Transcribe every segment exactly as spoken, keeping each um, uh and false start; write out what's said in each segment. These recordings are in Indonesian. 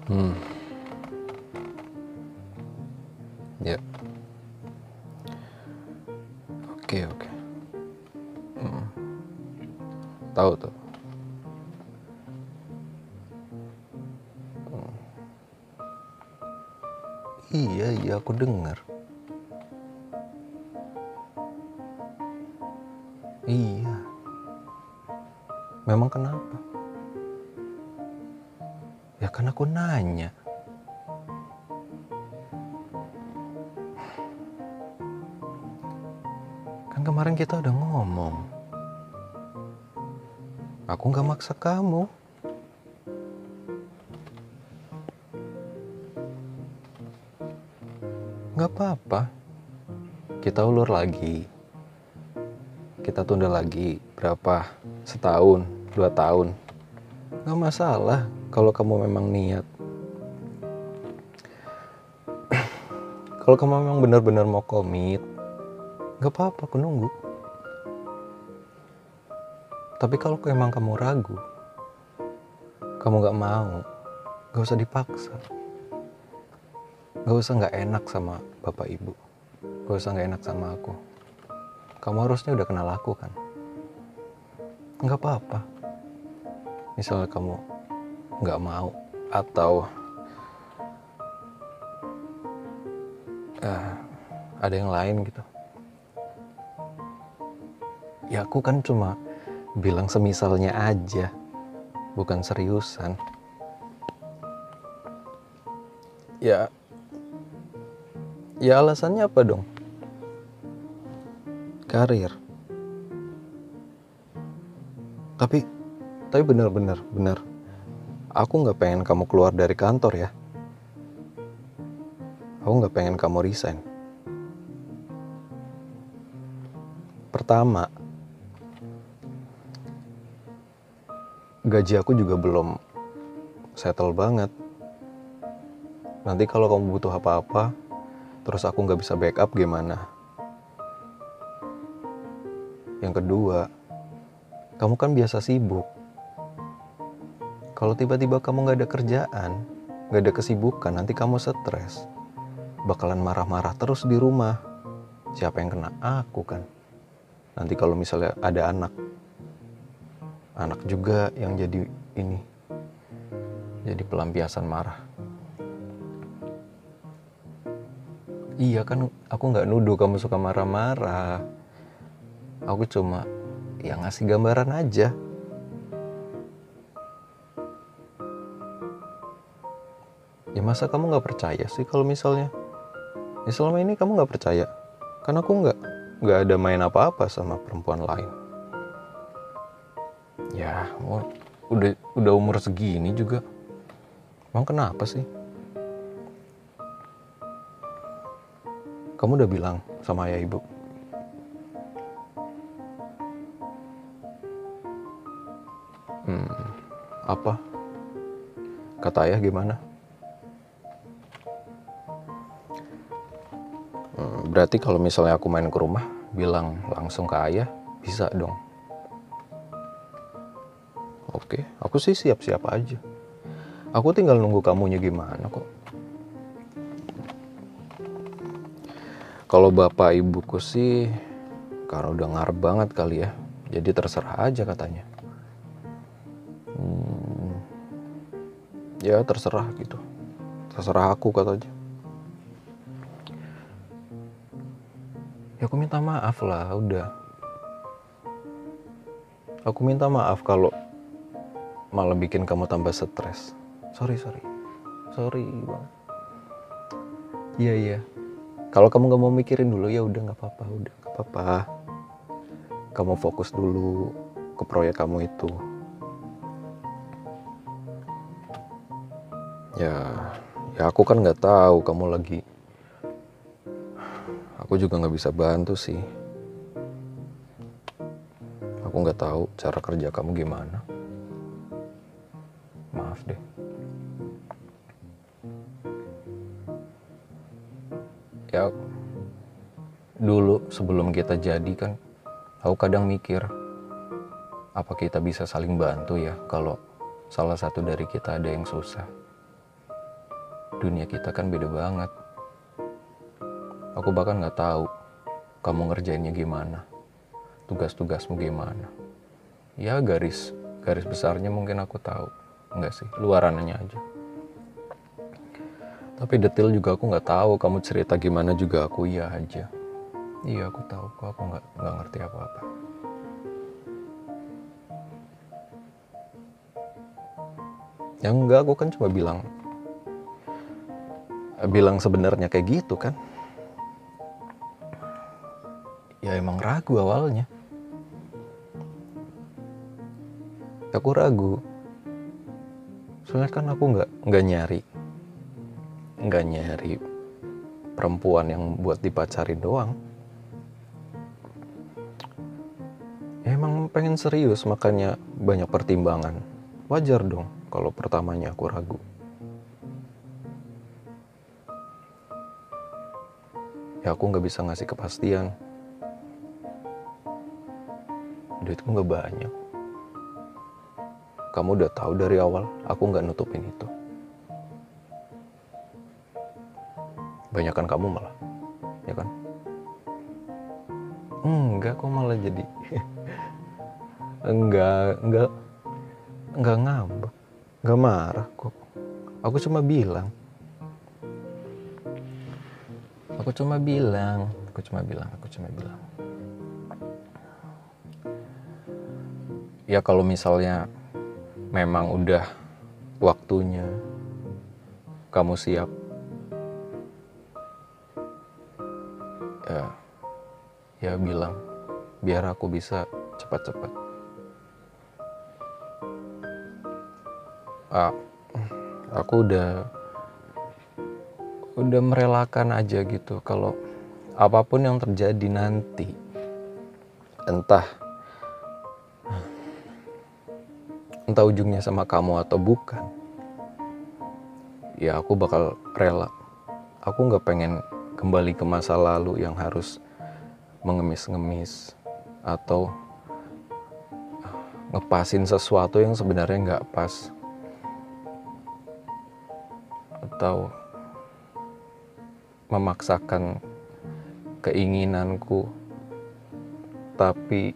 Hmm, ya, oke oke. Hmm, tahu tuh. Hmm. Iya iya aku dengar. Iya. Memang kenapa? Ya kan aku nanya. Kan kemarin kita udah ngomong. Aku gak maksa kamu. Gak apa-apa. Kita ulur lagi. Kita tunda lagi. Berapa? Setahun, dua tahun. Gak masalah kalau kamu memang niat. Kalau kamu memang benar-benar mau komit, gak apa-apa aku nunggu. Tapi kalau emang kamu ragu, kamu gak mau, gak usah dipaksa. Gak usah gak enak sama bapak ibu. Gak usah gak enak sama aku. Kamu harusnya udah kenal aku kan. Gak apa-apa. Misalnya kamu gak mau atau uh, ada yang lain gitu. Ya aku kan cuma bilang semisalnya aja, bukan seriusan. Ya, ya alasannya apa dong? Karir. Tapi, tapi benar-benar, benar. Aku nggak pengen kamu keluar dari kantor ya. Aku nggak pengen kamu resign. Pertama, gaji aku juga belum settle banget. Nanti kalau kamu butuh apa-apa, terus aku nggak bisa backup gimana? Yang kedua, kamu kan biasa sibuk. Kalau tiba-tiba kamu nggak ada kerjaan, nggak ada kesibukan, nanti kamu stres. Bakalan marah-marah terus di rumah. Siapa yang kena? Aku kan. Nanti kalau misalnya ada anak, anak juga yang jadi ini, jadi pelampiasan marah. Iya kan, aku nggak nuduh kamu suka marah-marah. Aku cuma ya ngasih gambaran aja. Ya masa kamu nggak percaya sih kalau misalnya, ya selama ini kamu nggak percaya? Kan aku nggak nggak ada main apa-apa sama perempuan lain. Ya, udah udah umur segini juga. Emang kenapa sih? Kamu udah bilang sama ayah ibu? Hmm, apa? Kata ayah gimana? Hmm, berarti kalau misalnya aku main ke rumah, bilang langsung ke ayah, bisa dong. Oke, aku sih siap-siap aja. Aku tinggal nunggu kamunya gimana kok. Kalau bapak ibuku sih, karena udah ngarep banget kali ya, jadi terserah aja katanya. Hmm, ya terserah gitu, terserah aku katanya. Ya aku minta maaf lah, udah. Aku minta maaf kalau malah bikin kamu tambah stres. Sorry, sorry. Sorry banget. Iya, iya. Kalau kamu gak mau mikirin dulu, ya udah gak apa-apa, udah gak apa-apa. Kamu fokus dulu ke proyek kamu itu. Ya, ya aku kan gak tahu kamu lagi. Aku juga gak bisa bantu sih. Aku gak tahu cara kerja kamu gimana. Maaf deh. Ya, dulu sebelum kita jadi kan, aku kadang mikir, apa kita bisa saling bantu ya kalau salah satu dari kita ada yang susah. dunia kita kan beda banget. Aku bahkan gak tahu kamu ngerjainnya gimana, tugas-tugasmu gimana. Ya garis garis besarnya mungkin aku tahu, enggak sih, luarannya aja. Tapi detail juga aku nggak tahu. Kamu cerita gimana juga aku iya aja. Iya aku tahu kok, aku nggak nggak ngerti apa-apa. Ya enggak, aku kan cuma bilang bilang sebenarnya kayak gitu kan. Ya emang ragu awalnya. Aku ragu. Soalnya kan aku nggak nggak nyari nggak nyari perempuan yang buat dipacarin doang. Ya emang pengen serius, makanya banyak pertimbangan. Wajar dong kalau pertamanya aku ragu. Ya aku nggak bisa ngasih kepastian. Duitku nggak banyak. Kamu udah tahu dari awal, aku nggak nutupin itu. Banyakan kamu malah, ya kan? Enggak, kok malah jadi enggak, enggak, enggak ngambek, enggak marah kok. Aku cuma bilang, aku cuma bilang, aku cuma bilang, aku cuma bilang. Ya kalau misalnya memang udah waktunya kamu siap, ya, ya bilang, biar aku bisa cepat-cepat. Ah, aku udah, udah merelakan aja gitu kalau apapun yang terjadi nanti, entah, entah ujungnya sama kamu atau bukan, ya aku bakal rela. Aku nggak pengen kembali ke masa lalu yang harus mengemis-ngemis atau ngepasin sesuatu yang sebenarnya nggak pas, atau memaksakan keinginanku tapi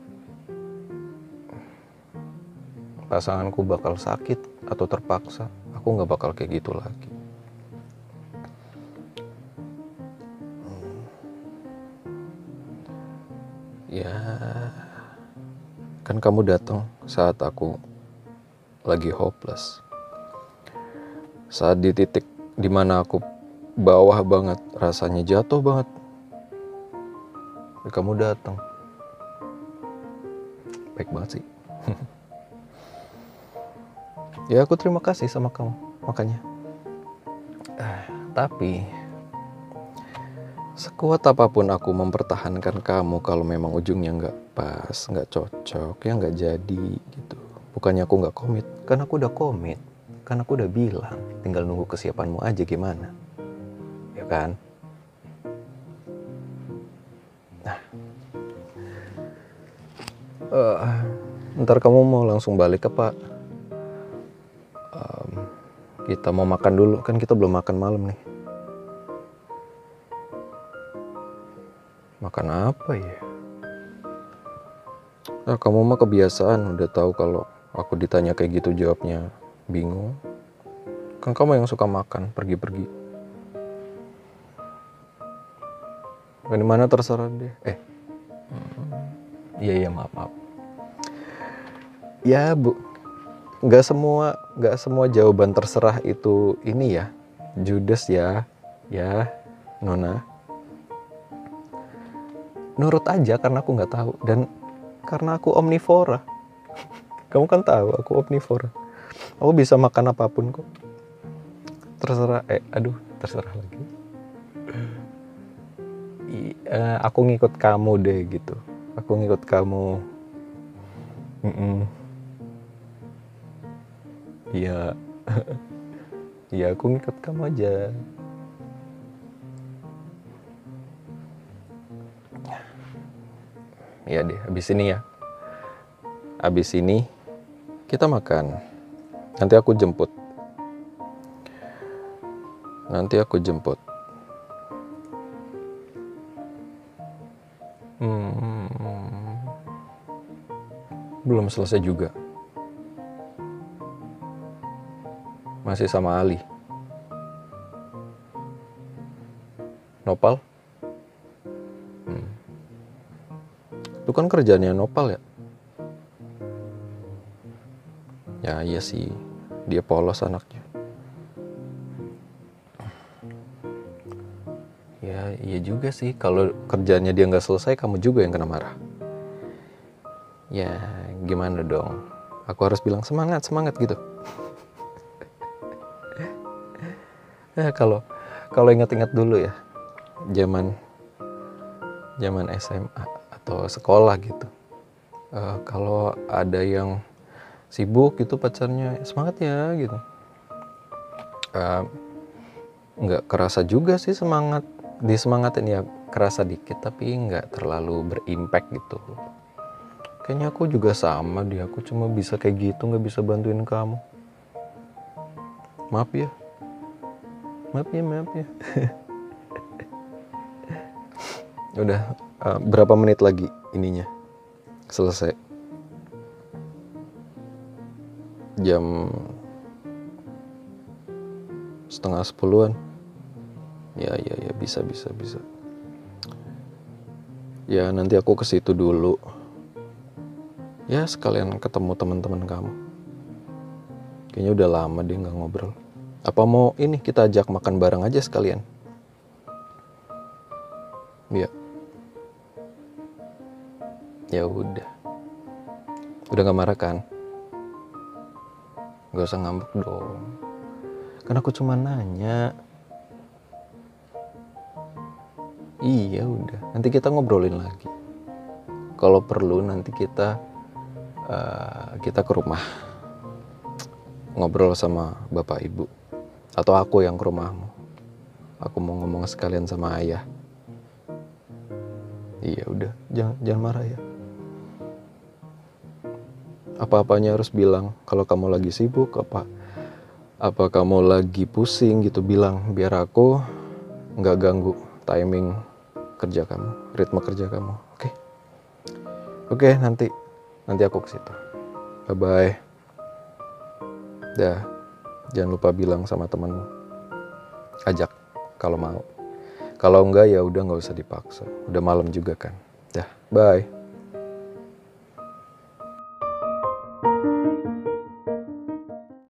pasanganku bakal sakit atau terpaksa. Aku nggak bakal kayak gitu lagi. Ya, kan kamu datang saat aku lagi hopeless, saat di titik dimana aku bawah banget, rasanya jatuh banget. Kamu datang, baik banget sih. Ya aku terima kasih sama kamu, makanya. Eh, tapi sekuat apapun aku mempertahankan kamu, kalau memang ujungnya nggak pas, nggak cocok, ya nggak jadi gitu. Bukannya aku nggak komit, kan aku udah komit, kan aku udah bilang, tinggal nunggu kesiapanmu aja gimana, ya kan? Nah, uh, ntar kamu mau langsung balik apa? Um, kita mau makan dulu, kan kita belum makan malam nih. Makan apa ya? Nah, kamu mah kebiasaan udah tahu kalau aku ditanya kayak gitu jawabnya bingung. Kan kamu yang suka makan, pergi-pergi. Di mana terserah deh. Eh, iya iya maaf maaf. Ya bu, nggak semua nggak semua jawaban terserah itu ini ya, judes ya, ya Nona. Nurut aja karena aku nggak tahu dan karena aku omnivora. Kamu kan tahu aku omnivora. Aku bisa makan apapun kok. Terserah, eh aduh terserah lagi. I, uh, aku ngikut kamu deh gitu. Aku ngikut kamu. Mm-mm. Iya. Iya aku ngikut kamu aja. Iya deh, habis ini ya. Habis ini kita makan. Nanti aku jemput. Nanti aku jemput. Hmm, belum selesai juga. Masih sama Ali. Nopal? Hmm. Itu kan kerjaannya Nopal ya? Ya iya sih, dia polos anaknya. Ya iya juga sih, kalau kerjaannya dia nggak selesai, kamu juga yang kena marah. Ya gimana dong, aku harus bilang semangat, semangat gitu. Ya kalau kalau ingat-ingat dulu ya, zaman zaman S M A atau sekolah gitu. Uh, kalau ada yang sibuk gitu pacarnya, semangat ya gitu. Uh, nggak kerasa juga sih semangat, disemangatin ya kerasa dikit tapi nggak terlalu berimpact gitu. Kayaknya aku juga sama dia, aku cuma bisa kayak gitu, nggak bisa bantuin kamu. Maaf ya, maaf ya, maaf ya. Udah uh, berapa menit lagi ininya selesai? Jam setengah sepuluhan. Ya ya ya, bisa bisa bisa. Ya nanti aku ke situ dulu. Ya sekalian ketemu teman-teman kamu. Kayaknya udah lama deh nggak ngobrol. Apa mau ini kita ajak makan bareng aja sekalian? Iya. Ya udah. Udah nggak marah kan? Gak usah ngambek dong. Kan aku cuma nanya. Iya udah. Nanti kita ngobrolin lagi. Kalau perlu nanti kita uh, kita ke rumah ngobrol sama bapak ibu. Atau aku yang ke rumahmu. Aku mau ngomong sekalian sama ayah. Iya udah. Jangan jangan marah ya. Apa-apanya harus bilang. Kalau kamu lagi sibuk apa apa kamu lagi pusing gitu, bilang biar aku nggak ganggu timing kerja kamu, ritme kerja kamu. Oke? Oke, nanti nanti aku ke situ. Bye bye. Dah. Jangan lupa bilang sama temanmu. Ajak kalau mau. Kalau enggak ya udah nggak usah dipaksa. Udah malam juga kan. Dah. Bye.